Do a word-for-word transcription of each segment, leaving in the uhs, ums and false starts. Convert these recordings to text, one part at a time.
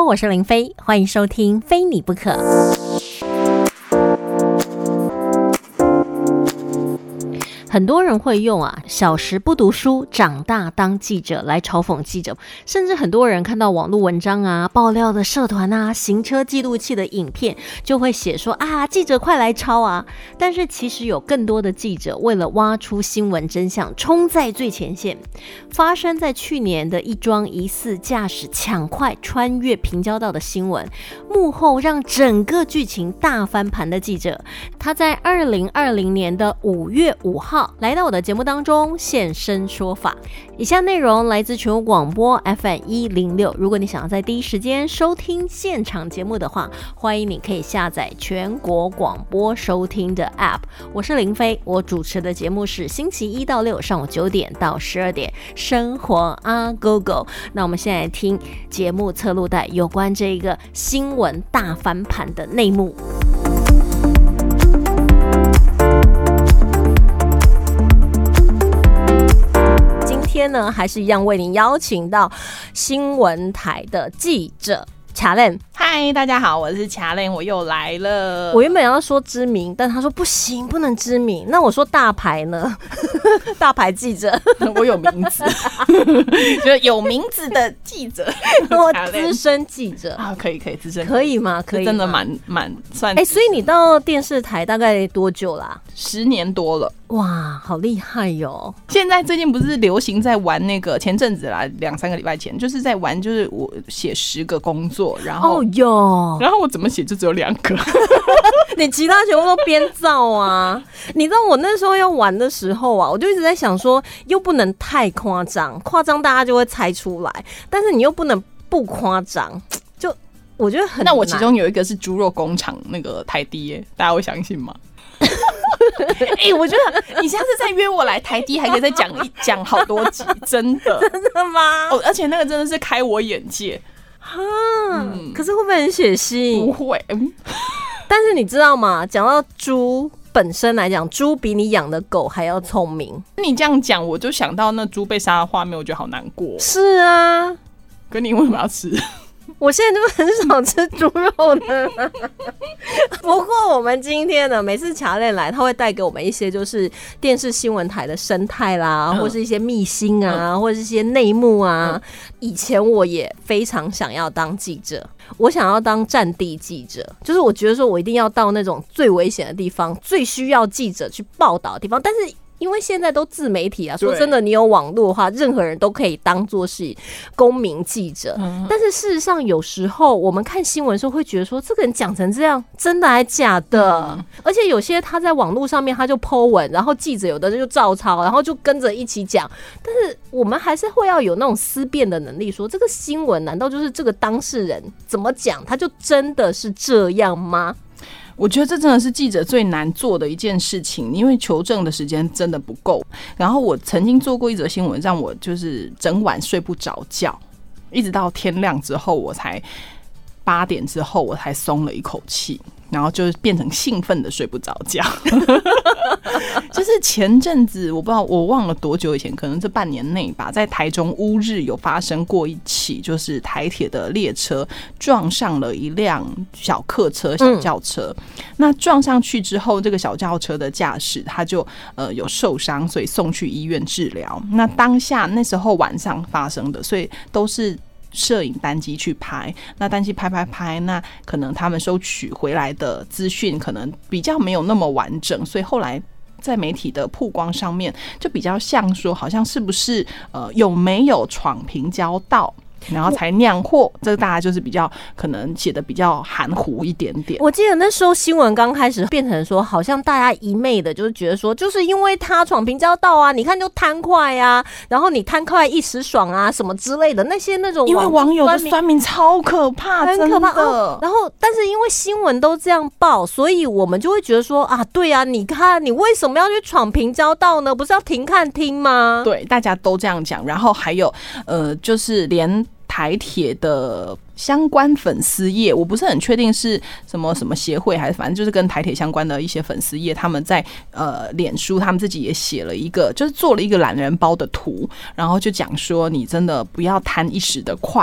我是林飞，欢迎收听非你不可。很多人会用啊，小时不读书，长大当记者来嘲讽记者，甚至很多人看到网络文章啊、爆料的社团啊、行车记录器的影片，就会写说啊，记者快来抄啊！但是其实有更多的记者为了挖出新闻真相，冲在最前线。发生在去年的一桩疑似驾驶抢快穿越平交道的新闻，幕后让整个剧情大翻盘的记者，他在二零二零年的五月五号。来到我的节目当中现身说法。以下内容来自全国广播 F M 一零六。如果你想要在第一时间收听现场节目的话，欢迎你可以下载全国广播收听的 App。我是林飞，我主持的节目是星期一到六上午九点到十二点，生活啊 Go Go。那我们现在听节目侧录带有关这个新闻大翻盘的内幕。今天呢，还是一样为您邀请到新闻台的记者卡lenn。 嗨，大家好，我是卡lenn，我又来了。 我原本要说知名，但他说不行，不能知名。那我说大牌呢？大牌记者， 我有名字，就有名字的记者， 我资深记者啊，可以可以，资深可以吗？可以吗， 真的蛮蛮算。 哎、欸，所以你到电视台大概多久啦？ 十年多了。 哇，好厉害哟！ 现在最近不是流行在玩那个，前阵子啦，两三个礼拜前就是在玩，就是我写十个工作，然后哦哟， 然后我怎么写就只有两个， 你其他全部都编造啊！你知道我那时候要玩的时候啊，我就一直在想说，又不能太夸张，夸张大家就会猜出来，但是你又不能不夸张，就我觉得很难。 那我其中有一个是猪肉工厂那个台滴耶，大家会相信吗？哎、欸，我觉得你下次再约我来台滴，还可以再讲一讲好多集，真的， 真的吗？ 哦，而且那个真的是开我眼界哈、嗯。可是会不会很血腥？ 不会。嗯、 但是你知道吗？讲到猪本身来讲，猪比你养的狗还要聪明。 你这样讲，我就想到那猪被杀的画面，我觉得好难过。 是啊， 可你为什么要吃？ 我现在就很少吃猪肉的。不过我们今天呢，每次卡lenn来，他会带给我们一些就是电视新闻台的生态啦，嗯、或是一些秘辛啊，嗯、或者是一些内幕啊。嗯、以前我也非常想要当记者，我想要当战地记者，就是我觉得说我一定要到那种最危险的地方，最需要记者去报道的地方，但是。因为现在都自媒体啊，说真的，你有网络的话，任何人都可以当作是公民记者。嗯、但是事实上，有时候我们看新闻的时候会觉得说，这个人讲成这样，真的还假的？嗯、而且有些他在网络上面他就 po 文，然后记者有的就照抄，然后就跟着一起讲。但是我们还是会要有那种思辨的能力说，说这个新闻难道就是这个当事人怎么讲，他就真的是这样吗？ 我觉得这真的是记者最难做的一件事情，因为求证的时间真的不够。然后我曾经做过一则新闻，让我就是整晚睡不着觉，一直到天亮之后，我才八点之后我才松了一口气，然后就变成兴奋的睡不着觉。就是前阵子我不知道我忘了多久以前，可能这半年内吧，在台中乌日有发生过一起，就是台铁的列车撞上了一辆小客车、小轿车。嗯、那撞上去之后，这个小轿车的驾驶他就呃有受伤，所以送去医院治疗。那当下那时候晚上发生的，所以都是。摄影单机去拍，那单机拍拍拍，那可能他们收取回来的资讯可能比较没有那么完整，所以后来在媒体的曝光上面就比较像说，好像是不是呃有没有闯平交道，然后才酿祸，这个大家就是比较可能写的比较含糊一点点。 我记得那时候新闻刚开始变成说，好像大家一昧的就是觉得说，就是因为他闯平交道啊，你看就贪快啊，然后你贪快一时爽啊什么之类的那些那种， 因为网友的酸民超可怕， 很可怕真的、 哦。然后，但是因为新闻都这样报，所以我们就会觉得说啊，对啊，你看你为什么要去闯平交道呢？不是要停看听吗？ 对，大家都这样讲。然后还有呃，就是连。台铁的相关粉丝页，我不是很确定是什么什么协会，还是反正就是跟台铁相关的一些粉丝页，他们在呃脸书，他们自己也写了一个，就是做了一个懒人包的图，然后就讲说你真的不要贪一时的快。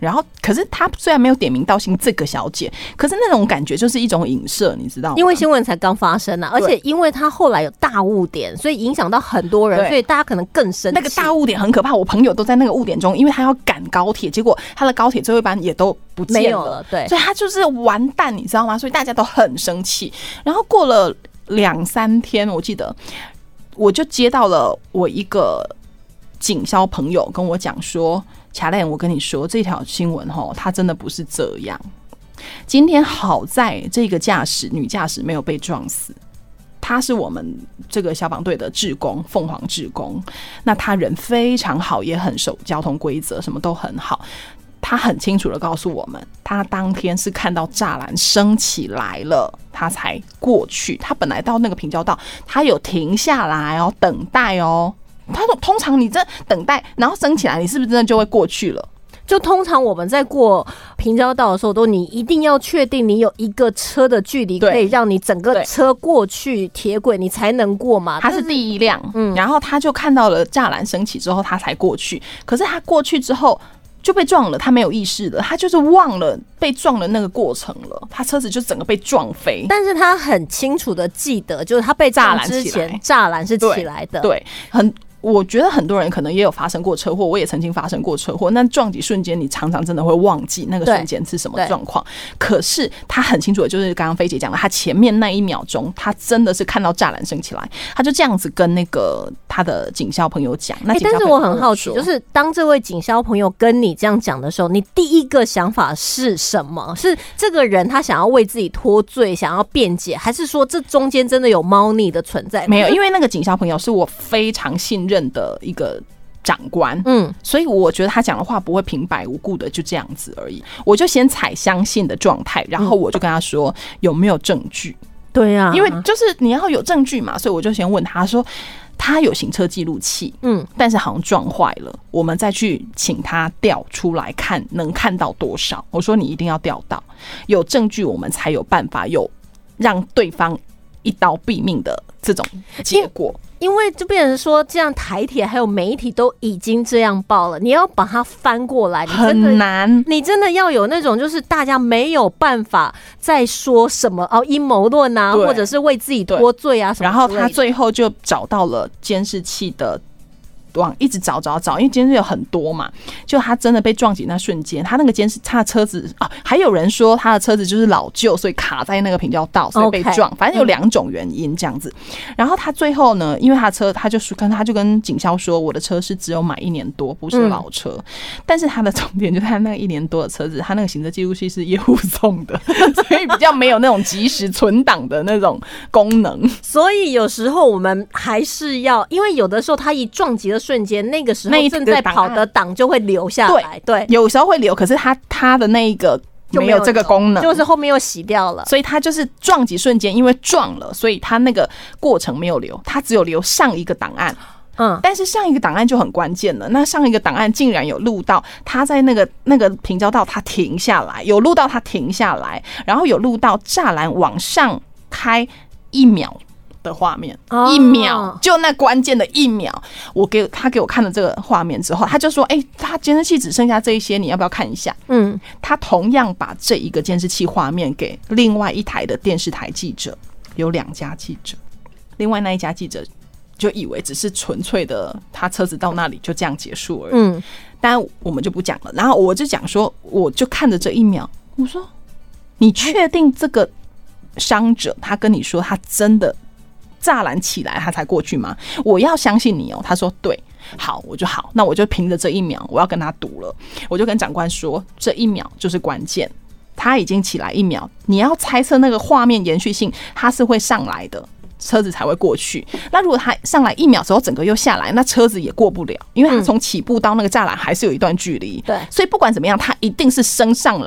然后，可是他虽然没有点名道姓这个小姐，可是那种感觉就是一种影射，你知道吗？ 因为新闻才刚发生啊，而且因为他后来有大误点，所以影响到很多人，所以大家可能更生气。 那个大误点很可怕，我朋友都在那个误点中，因为他要赶高铁，结果他的高铁最后一班也都不见了， 没有了，对， 所以他就是完蛋，你知道吗？所以大家都很生气。然后过了两三天，我记得我就接到了我一个警消朋友跟我讲说。乔莲，我跟你说，这条新闻齁，它真的不是这样。今天好在这个驾驶女驾驶没有被撞死，她是我们这个消防队的志工，凤凰志工。那她人非常好，也很守交通规则，什么都很好。她很清楚的告诉我们，她当天是看到栅栏升起来了，她才过去。她本来到那个平交道，她有停下来哦，等待哦。他说：“通常你这等待，然后升起来，你是不是真的就会过去了？ 就通常我们在过平交道的时候，都你一定要确定你有一个车的距离，可以让你整个车过去铁轨，你才能过嘛。 他是第一辆，嗯，然后他就看到了栅栏升起之后，他才过去。可是他过去之后就被撞了，他没有意识了，他就是忘了被撞的那个过程了，他车子就整个被撞飞。 但是他很清楚的记得，就是他被撞之前栅栏是起来的， 对，对很。”我觉得很多人可能也有发生过车祸，我也曾经发生过车祸。那撞击瞬间，你常常真的会忘记那个瞬间是什么状况。可是他很清楚的，就是刚刚菲姐讲的，他前面那一秒钟，他真的是看到栅栏升起来，他就这样子跟那个他的警消朋友讲。那欸、但是我很好奇，就是当这位警消朋友跟你这样讲的时候，你第一个想法是什么？是这个人他想要为自己脱罪，想要辩解，还是说这中间真的有猫腻的存在？ 没有，因为那个警消朋友是我非常信任的一个长官，嗯，所以我觉得他讲的话不会平白无故的就这样子而已。我就先采相信的状态，然后我就跟他说有没有证据。 对啊， 因为就是你要有证据嘛，所以我就先问他说他有行车记录器，嗯，但是好像撞坏了，我们再去请他调出来看能看到多少。我说你一定要调到有证据，我们才有办法有让对方一刀毙命的这种结果。 因为就变成说，这样台铁还有媒体都已经这样报了，你要把它翻过来，你真的很难。 你真的要有那种，就是大家没有办法再说什么哦阴谋论啊，或者是为自己脱罪啊什么。 然后他最后就找到了监视器的。往一直找找找，因为监视有很多嘛，就他真的被撞击那瞬间，他那个监视，他的车子啊，还有人说他的车子就是老旧，所以卡在那个平交道，所以被撞。Okay, 反正有两种原因这样子。然后他最后呢，因为他的车，他就跟他就跟警消说，我的车是只有买一年多，不是老车。嗯、但是他的重点就是他那个一年多的车子，他那个行车记录器是业务送的，所以比较没有那种即时存档的那种功能。 所以有时候我们还是要，因为有的时候他一撞击的瞬间，那个时候正在跑的档就会留下来，对， 有时候会留，可是他他的那一个没有这个功能， 就是后面又洗掉了， 所以他就是撞击瞬间，因为撞了，所以他那个过程没有留，他只有留上一个档案。嗯，但是上一个档案就很关键了。那上一个档案竟然有录到他在那个那个平交道他停下来，有录到他停下来，然后有录到栅栏往上开一秒。的画面，一秒，就那关键的一秒，我给他给我看了这个画面之后，他就说：“哎、欸，他监视器只剩下这一些，你要不要看一下？”嗯，他同样把这一个监视器画面给另外一台的电视台记者，有两家记者，另外那一家记者就以为只是纯粹的他车子到那里就这样结束而已。嗯，当然我们就不讲了。然后我就讲说，我就看着这一秒，我说：“你确定这个伤者他跟你说他真的？”栅栏起来他才过去吗？我要相信你哦。他说对，好，我就好，那我就凭着这一秒，我要跟他赌了。我就跟长官说，这一秒就是关键，他已经起来一秒，你要猜测那个画面延续性，他是会上来的，车子才会过去。那如果他上来一秒之后，整个又下来，那车子也过不了，因为他从起步到那个栅栏还是有一段距离。对，所以不管怎么样，他一定是升上来。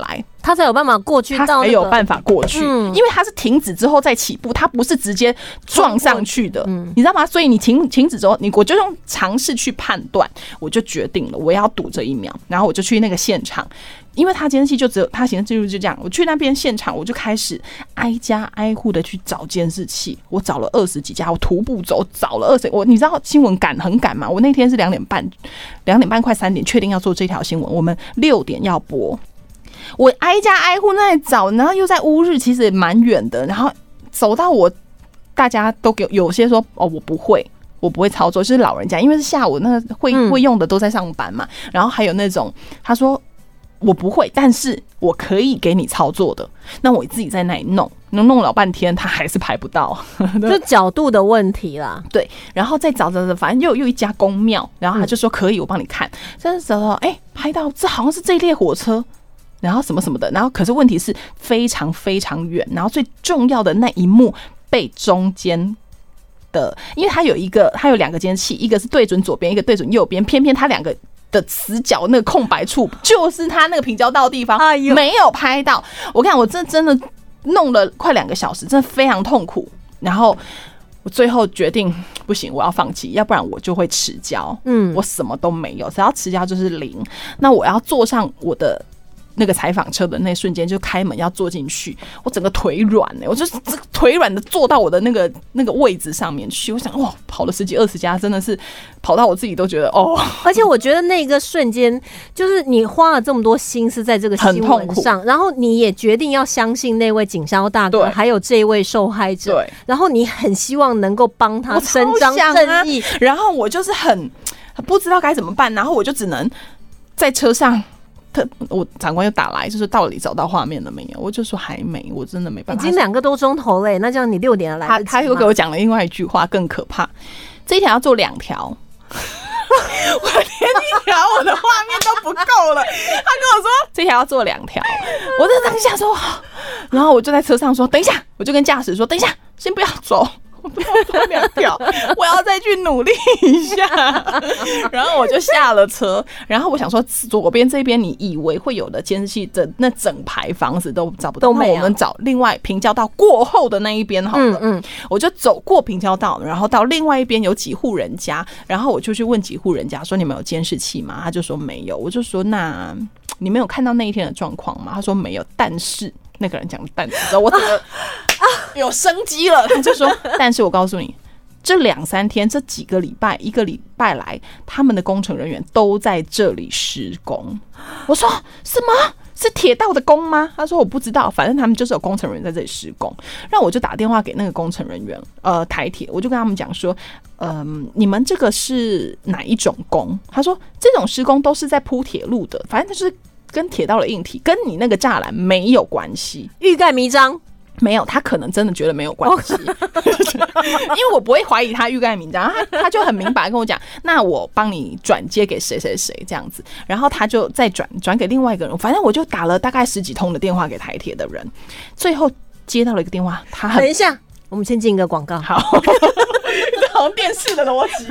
他才有办法过去到、那个， 他才有办法过去、嗯，因为他是停止之后再起步，他不是直接撞上去的，嗯、你知道吗？所以你停停止之后，你我就用尝试去判断，我就决定了我要赌这一秒，然后我就去那个现场。因为他监视器就只有他行车记录就这样，我去那边现场，我就开始挨家挨户的去找监视器，我找了二十几家，我徒步走找了二十，我你知道新闻赶很赶嘛？我那天是两点半，两点半快三点确定要做这条新闻，我们六点要播，我挨家挨户那里找，然后又在乌日，其实也蛮远的，然后走到我大家都给有些说哦我不会。我不会操作，就是老人家，因为是下午那个会会用的都在上班嘛，然后还有那种他说。我不会，但是我可以给你操作的。那我自己在那里弄，弄弄老半天，他还是拍不到， 就角度的问题啦。 对，然后再找找找，反正又又一家公庙，然后他就说可以，我帮你看。但是找到，哎，拍到这好像是这一列火车，然后什么什么的，然后可是问题是非常非常远，然后最重要的那一幕被中间。的，因为它有一个，它有两个监视器，一个是对准左边，一个对准右边，偏偏它两个的死角那个空白处，就是它那个平交道的地方，哎、没有拍到。我看我这真的弄了快两个小时，真的非常痛苦。然后我最后决定不行，我要放弃，要不然我就会迟交。嗯，我什么都没有，只要迟交就是零。那我要坐上我的。那个采访车的那瞬间就开门要坐进去，我整个腿软呢、欸，我就是这个腿软的坐到我的那个那个位置上面去。我想，哇，跑了十几二十家，真的是跑到我自己都觉得哦。 而且我觉得那个瞬间，就是你花了这么多心思在这个新闻上，然后你也决定要相信那位警消大哥，还有这一位受害者，对，然后你很希望能够帮他伸张正义、 啊，然后我就是很不知道该怎么办，然后我就只能在车上。我长官又打来，就是到底找到画面了没有？我就说还没，我真的没办法。 已经两个多钟头嘞，那这样你六点来得及吗？ 他他又给我讲了另外一句话，更可怕。这一条要做两条，我连一条我的画面都不够了。他跟我说这条要做两条，我在当下说，然后我就在车上说等一下，我就跟驾驶说等一下，先不要走。不要做两条，我要再去努力一下。然后我就下了车，然后我想说，左边这边你以为会有的监视器的那整排房子都找不到，那我们找另外平交道过后的那一边好了。嗯嗯，我就走过平交道，然后到另外一边有几户人家，然后我就去问几户人家说：“你们有监视器吗？”他就说没有。我就说：“那你们有看到那一天的状况吗？”他说没有，但是。那个人讲的但是，我整个有生机了。他就说，但是我告诉你，这两三天，这几个礼拜，一个礼拜来，他们的工程人员都在这里施工。我说什么？是铁道的工吗？他说我不知道，反正他们就是有工程人员在这里施工。然后我就打电话给那个工程人员，呃，台铁，我就跟他们讲说，嗯、呃，你们这个是哪一种工？他说这种施工都是在铺铁路的，反正就是。跟铁道的硬体跟你那个栅栏没有关系， 欲盖弥彰。 没有，他可能真的觉得没有关系，因为我不会怀疑他欲盖弥彰，他他就很明白跟我讲，那我帮你转接给谁谁谁这样子，然后他就再转转给另外一个人，反正我就打了大概十几通的电话给台铁的人，最后接到了一个电话，他很等一下，我们先进一个广告， 好，这好像电视的逻辑。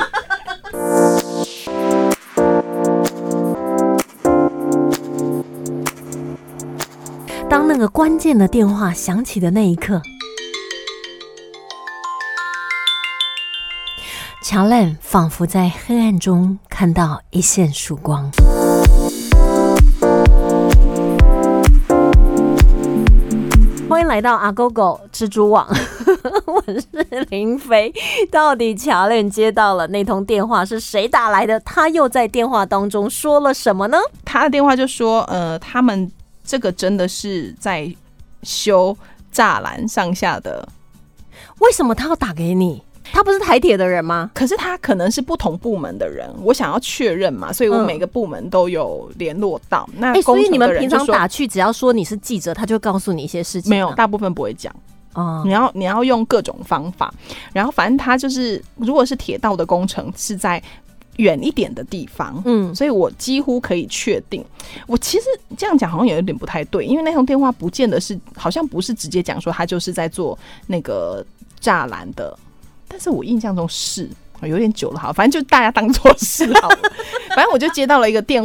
当那个关键的电话响起的那一刻，乔兰仿佛在黑暗中看到一线曙光。欢迎来到阿狗狗蜘蛛网，我是林飞。到底乔兰接到了那通电话是谁打来的？他又在电话当中说了什么呢？ 他的电话就说，呃，他们。这个真的是在修栅栏上下的， 为什么他要打给你？他不是台铁的人吗？ 可是他可能是不同部门的人，我想要确认嘛，所以我每个部门都有联络到。嗯、那工程的人就说、欸、所以你们平常打去，只要说你是记者，他就告诉你一些事情。 没有，大部分不会讲。哦，你要你要用各种方法，然后反正他就是，如果是铁道的工程是在。远一点的地方，嗯，所以我几乎可以确定，我其实这样讲好像有点不太对，因为那通电话不见得是，好像不是直接讲说他就是在做那个栅栏的，但是我印象中是有点久了，好，反正就大家当作是好了，反正我就接到了一个电话，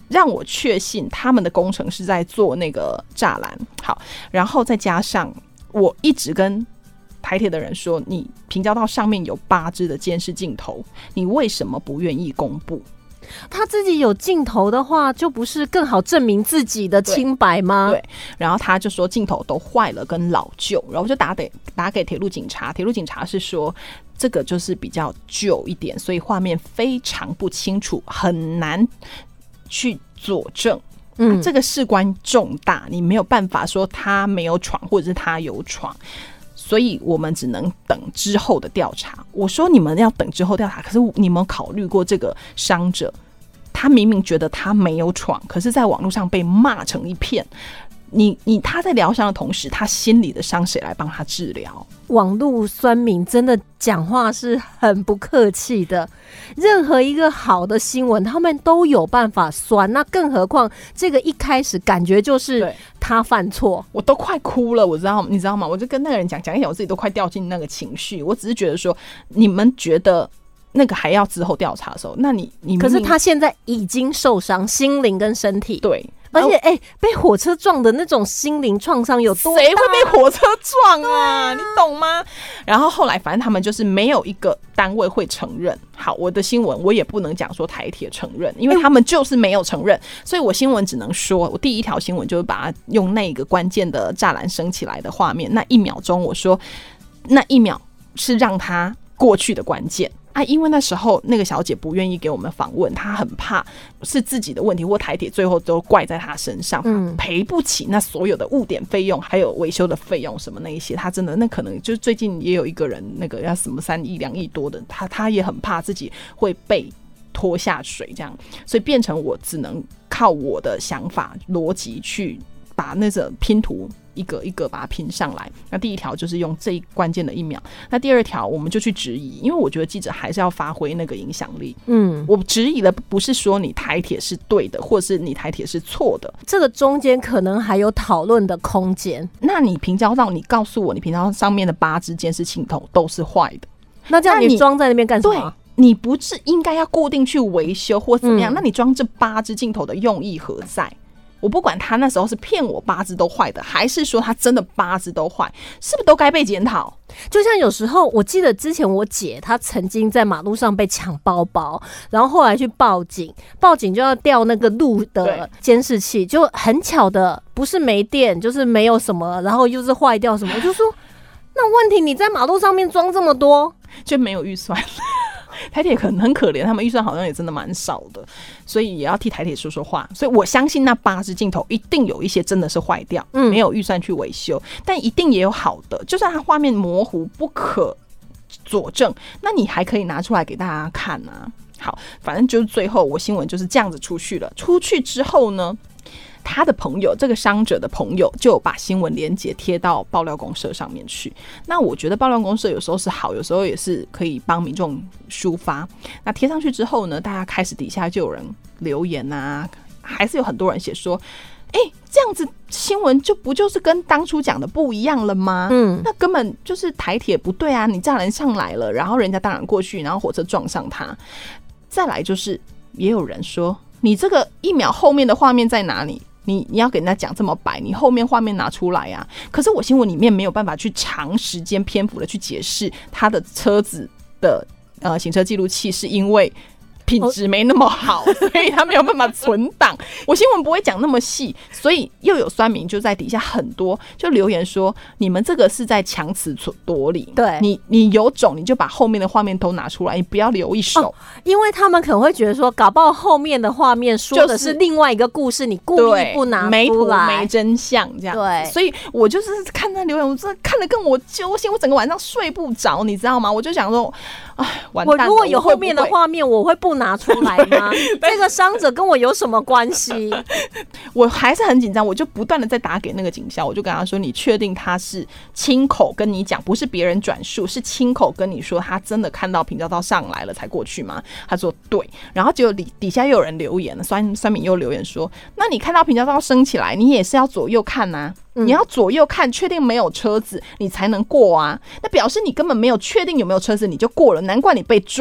让我确信他们的工程是在做那个栅栏。好，然后再加上我一直跟台铁的人说，你平交道上面有八支的监视镜头，你为什么不愿意公布？ 他自己有镜头的话，就不是更好证明自己的清白吗？ 对, 对，然后他就说镜头都坏了跟老旧，然后我就打给打给铁路警察，铁路警察是说这个就是比较旧一点，所以画面非常不清楚，很难去佐证。嗯，这个事关重大，你没有办法说他没有闯或者是他有闯，所以我们只能等之后的调查。我说你们要等之后调查，可是你们有考虑过这个伤者，他明明觉得他没有闯，可是在网络上被骂成一片。你你他在疗伤的同时，他心里的伤谁来帮他治疗？ 网络酸民真的讲话是很不客气的，任何一个好的新闻他们都有办法酸，那更何况这个一开始感觉就是他犯错， 我都快哭了，我知道你知道吗？我就跟那个人讲讲一讲，我自己都快掉进那个情绪。我只是觉得说，你们觉得那个还要之后调查的时候，那你你可是他现在已经受伤，心灵跟身体。 对。 而且，哎、欸，被火车撞的那种心灵创伤有多大？ 谁会被火车撞啊？啊你懂吗？然后后来，反正他们就是没有一个单位会承认。好，我的新闻我也不能讲说台铁承认，因为他们就是没有承认，所以我新闻只能说，我第一条新闻就是把它用那个关键的栅栏升起来的画面，那一秒钟我说，那一秒是让它过去的关键。啊，因为那时候那个小姐不愿意给我们访问，她很怕是自己的问题，或台铁最后都怪在她身上，嗯，赔不起那所有的误点费用，还有维修的费用什么那一些，她真的那可能就是最近也有一个人那个要什么三亿两亿多的，她她也很怕自己会被拖下水这样，所以变成我只能靠我的想法逻辑去把那个拼图一个一个把它拼上来。那第一条就是用最关键的一秒，那第二条我们就去质疑，因为我觉得记者还是要发挥那个影响力。嗯，我质疑的不是说你台铁是对的，或是你台铁是错的， 这个中间可能还有讨论的空间。 那你平交道，你告诉我你平交道上面的八支监视镜头都是坏的， 那这样你装在那边干什么？ 你不是应该要固定去维修或怎么样？嗯、那你装这八支镜头的用意何在？我不管他那时候是骗我八支都坏的，还是说他真的八支都坏，是不是都该被检讨？ 就像有时候我记得之前我姐她曾经在马路上被抢包包，然后后来去报警，报警就要调那个路的监视器，就很巧的不是没电就是没有什么，然后又是坏掉什么，我就说那问题你在马路上面装这么多， 就没有预算。台铁可能很可怜，他们预算好像也真的蛮少的，所以也要替台铁说说话。所以我相信那八支镜头一定有一些真的是坏掉，嗯，没有预算去维修，但一定也有好的，就算它画面模糊不可佐证，那你还可以拿出来给大家看啊。好，反正就是最后我新闻就是这样子出去了。出去之后呢，他的朋友，这个伤者的朋友就把新闻连结贴到爆料公社上面去。那我觉得爆料公社有时候是好，有时候也是可以帮民众抒发。那贴上去之后呢，大家开始底下就有人留言啊，还是有很多人写说，哎、欸，这样子新闻就不就是跟当初讲的不一样了吗？嗯，那根本就是台铁不对啊，你栅栏上来了，然后人家当然过去，然后火车撞上他。再来就是也有人说，你这个一秒后面的画面在哪里？你你要给人家讲这么白，你后面画面拿出来啊！可是我新闻里面没有办法去长时间篇幅的去解释他的车子的呃行车记录器是因为品质没那么好，所以他没有办法存档。我新闻不会讲那么细，所以又有酸民就在底下很多就留言说，你们这个是在强词夺理。 对， 你你有种你就把后面的画面都拿出来，你不要留一手、哦， 因为他们可能会觉得说，搞不好后面的画面说的是另外一个故事，你故意不拿出来， 没图没真相这样。 对， 所以我就是看那留言，我真的看得更我揪心，我整个晚上睡不着，你知道吗？我就想说，哎，完蛋了， 我如果有后面的画面，我会不拿出来吗？这个伤者跟我有什么关系？ 我还是很紧张，我就不断的在打给那个警校，我就跟他说，你确定他是亲口跟你讲，不是别人转述，是亲口跟你说他真的看到平交道上来了才过去吗？他说对，然后结果底底下又有人留言了，酸酸民又留言说，那你看到平交道升起来，你也是要左右看啊，你要左右看，确定没有车子你才能过啊，那表示你根本没有确定有没有车子你就过了，难怪你被撞。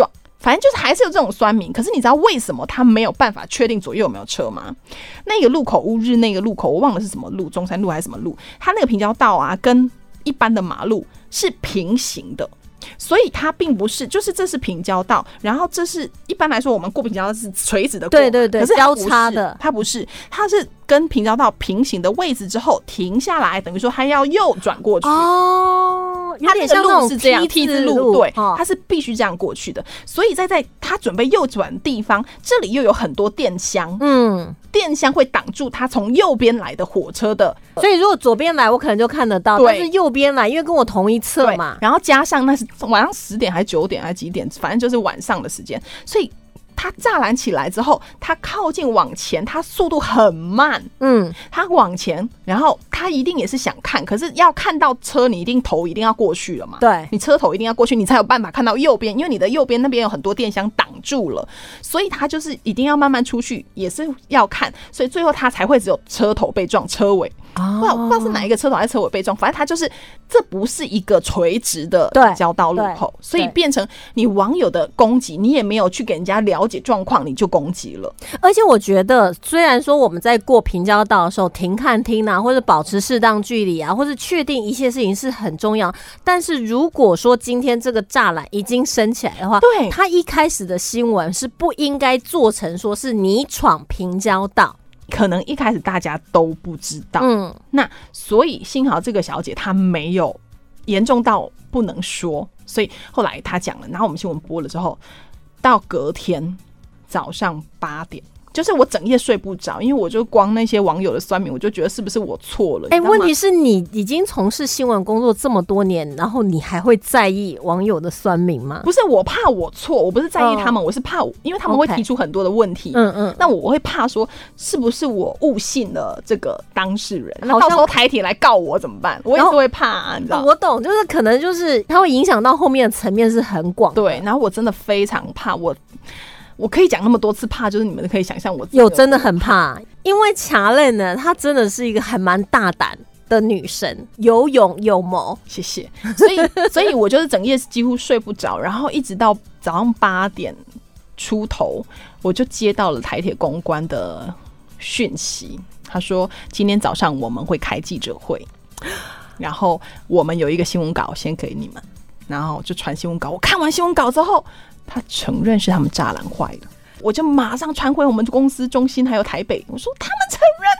反正就是还是有这种酸民。可是你知道为什么他没有办法确定左右有没有车吗？那个路口乌日那个路口我忘了是什么路，中山路还是什么路，它那个平交道啊跟一般的马路是平行的，所以它并不是，就是这是平交道，然后这是一般来说我们过平交道是垂直的过， 对对对， 可是交叉的， 它不是，它是跟平交道平行的位置之后停下来，等于说它要右转过去。 哦，有点像那种 T 字路，对，它是必须这样过去的。所以在在它准备右转的地方，这里又有很多电箱，嗯，电箱会挡住它从右边来的火车的。 所以如果左边来，我可能就看得到，但是右边来，因为跟我同一侧嘛， 然后加上那是晚上十点还是九点还是几点，反正就是晚上的时间，所以它栅栏起来之后，它靠近往前，它速度很慢，嗯，它往前，然后它一定也是想看，可是要看到车，你一定头一定要过去了嘛， 对， 你车头一定要过去，你才有办法看到右边，因为你的右边那边有很多电箱挡住了，所以它就是一定要慢慢出去，也是要看，所以最后它才会只有车头被撞，车尾。哦、不, 知道不知道是哪一个车头还是车尾被撞，反正它就是这不是一个垂直的交道路口，所以变成你网友的攻击，你也没有去给人家了解状况，你就攻击了。 而且我觉得，虽然说我们在过平交道的时候停看听啊，或者保持适当距离啊，或者确定一切事情是很重要，但是如果说今天这个栅栏已经升起来的话， 对， 它一开始的新闻是不应该做成说是你闯平交道。 可能一开始大家都不知道，嗯，那所以幸好这个小姐她没有严重到不能说，所以后来她讲了，然后我们新闻播了之后，到隔天早上八点，就是我整夜睡不着，因为我就光那些网友的酸民，我就觉得是不是我错了？哎、欸， 问题是你已经从事新闻工作这么多年，然后你还会在意网友的酸民吗？ 不是，我怕我错，我不是在意他们，哦、我是怕，因为他们会提出很多的问题，嗯嗯，那我会怕说是不是我误信了这个当事人，那到时候台铁来告我怎么办？我也是会怕、啊，你知道？ 我懂，就是可能就是它会影响到后面的层面是很广， 对，然后我真的非常怕我。我可以讲那么多次怕，就是你们可以想象我有真的很怕，因为卡蕾呢，她真的是一个还蛮大胆的女生，有勇有谋。 谢谢。所以，所以我就是整夜几乎睡不着，然后一直到早上八点出头，我就接到了台铁公关的讯息，他说今天早上我们会开记者会，然后我们有一个新闻稿先给你们，然后就传新闻稿。我看完新闻稿之后。他承认是他们栅栏坏了，我就马上传回我们公司中心还有台北，我说他们承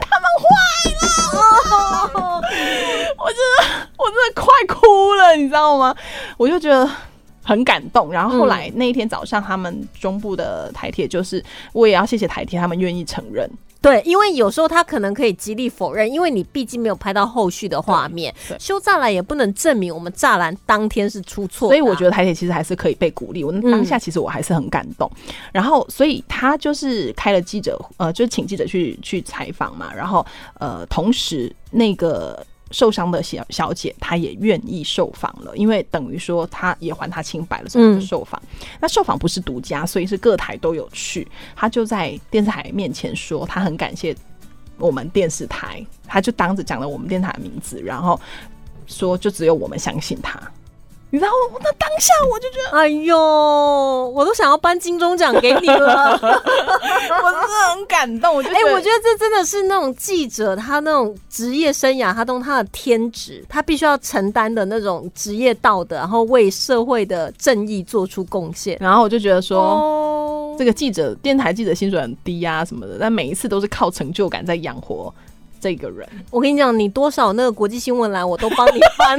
认他们坏了，哦、我真的我真的快哭了，你知道吗？我就觉得很感动。然后后来那一天早上，他们中部的台铁就是，我也要谢谢台铁，他们愿意承认。 对，因为有时候他可能可以极力否认，因为你毕竟没有拍到后续的画面，修栅栏也不能证明我们栅栏当天是出错的、啊， 所以我觉得台铁其实还是可以被鼓励。我当下其实我还是很感动，嗯、然后所以他就是开了记者，呃，就请记者去去采访嘛，然后呃，同时那个。受伤的小小姐她也愿意受访了，因为等于说她也还她清白了，所以就受访、嗯、那受访不是独家，所以是各台都有去。她就在电视台面前说她很感谢我们电视台，她就当着讲了我们电视台的名字，然后说就只有我们相信她。你知道吗？那当下我就觉得， 哎呦，我都想要颁金钟奖给你了，我真的很感动。我就觉得， 哎、欸，我觉得这真的是那种记者他那种职业生涯，他用他的天职，他必须要承担的那种职业道德，然后为社会的正义做出贡献。 然后我就觉得说，哦、这个记者，电台记者薪水很低啊什么的，但每一次都是靠成就感在养活这个人。 我跟你讲，你多少那个国际新闻栏，我都帮你翻。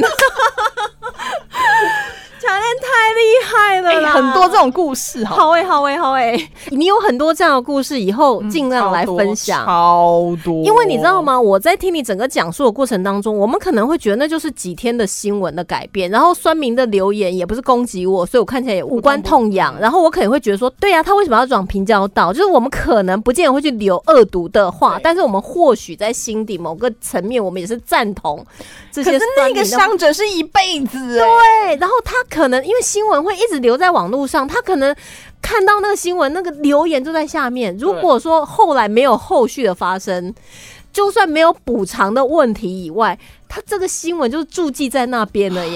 卡蕾太厉害了啦、 欸！很多这种故事， 好哎、欸，好哎、欸，好哎、欸！你有很多这样的故事，以后尽量来分享、 嗯，超多。 因为你知道吗？我在听你整个讲述的过程当中，我们可能会觉得那就是几天的新闻的改变，然后酸民的留言也不是攻击我，所以我看起来也无关痛痒。然后我可能会觉得说，对啊，他为什么要转平交道？就是我们可能不见得会去留恶毒的话，但是我们或许在心底某个层面，我们也是赞同这些酸民的。 可是那个伤者是一辈子、 欸，对，然后他。可能因为新闻会一直留在网络上，他可能看到那个新闻，那个留言就在下面。如果说后来没有后续的发生，就算没有补偿的问题以外，他这个新闻就是注记在那边了耶。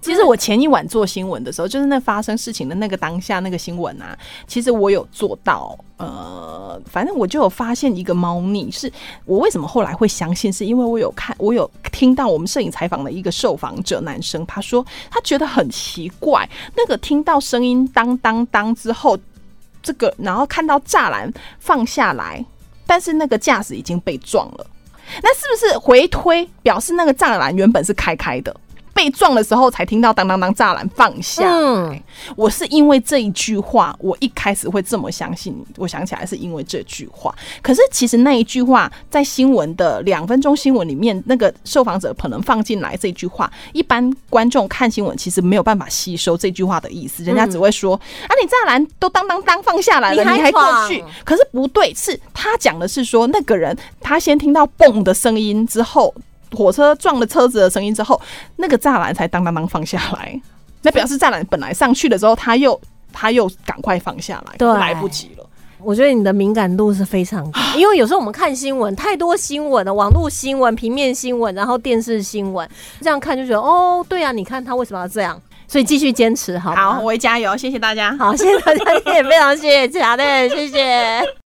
其实我前一晚做新闻的时候，就是那发生事情的那个当下那个新闻啊，其实我有做到，呃，反正我就有发现一个猫腻，是我为什么后来会相信，是因为我有看，我有听到我们摄影采访的一个受访者男生，他说他觉得很奇怪，那个听到声音当当当之后，这个然后看到栅栏放下来，但是那个驾驶已经被撞了，那是不是回推表示那个栅栏原本是开开的？被撞的时候才听到当当当栅栏放下来、嗯、我是因为这一句话我一开始会这么相信你，我想起来是因为这句话，可是其实那一句话在新闻的两分钟新闻里面，那个受访者可能放进来这句话，一般观众看新闻其实没有办法吸收这句话的意思，人家只会说、嗯、啊你栅栏都当当当放下来了，你 还, 你还过去，可是不对，是他讲的是说那个人他先听到蹦的声音之后，火车撞了车子的声音之后，那个栅栏才当当当放下来，那表示栅栏本来上去的时候，他又他又赶快放下来，来不及了。 我觉得你的敏感度是非常高，因为有时候我们看新闻太多新闻了，网络新闻、平面新闻，然后电视新闻，这样看就觉得哦，对啊，你看他为什么要这样？所以继续坚持，好。 好，我会加油，谢谢大家。 好，谢谢大家，也非常谢谢嘉乐，谢谢。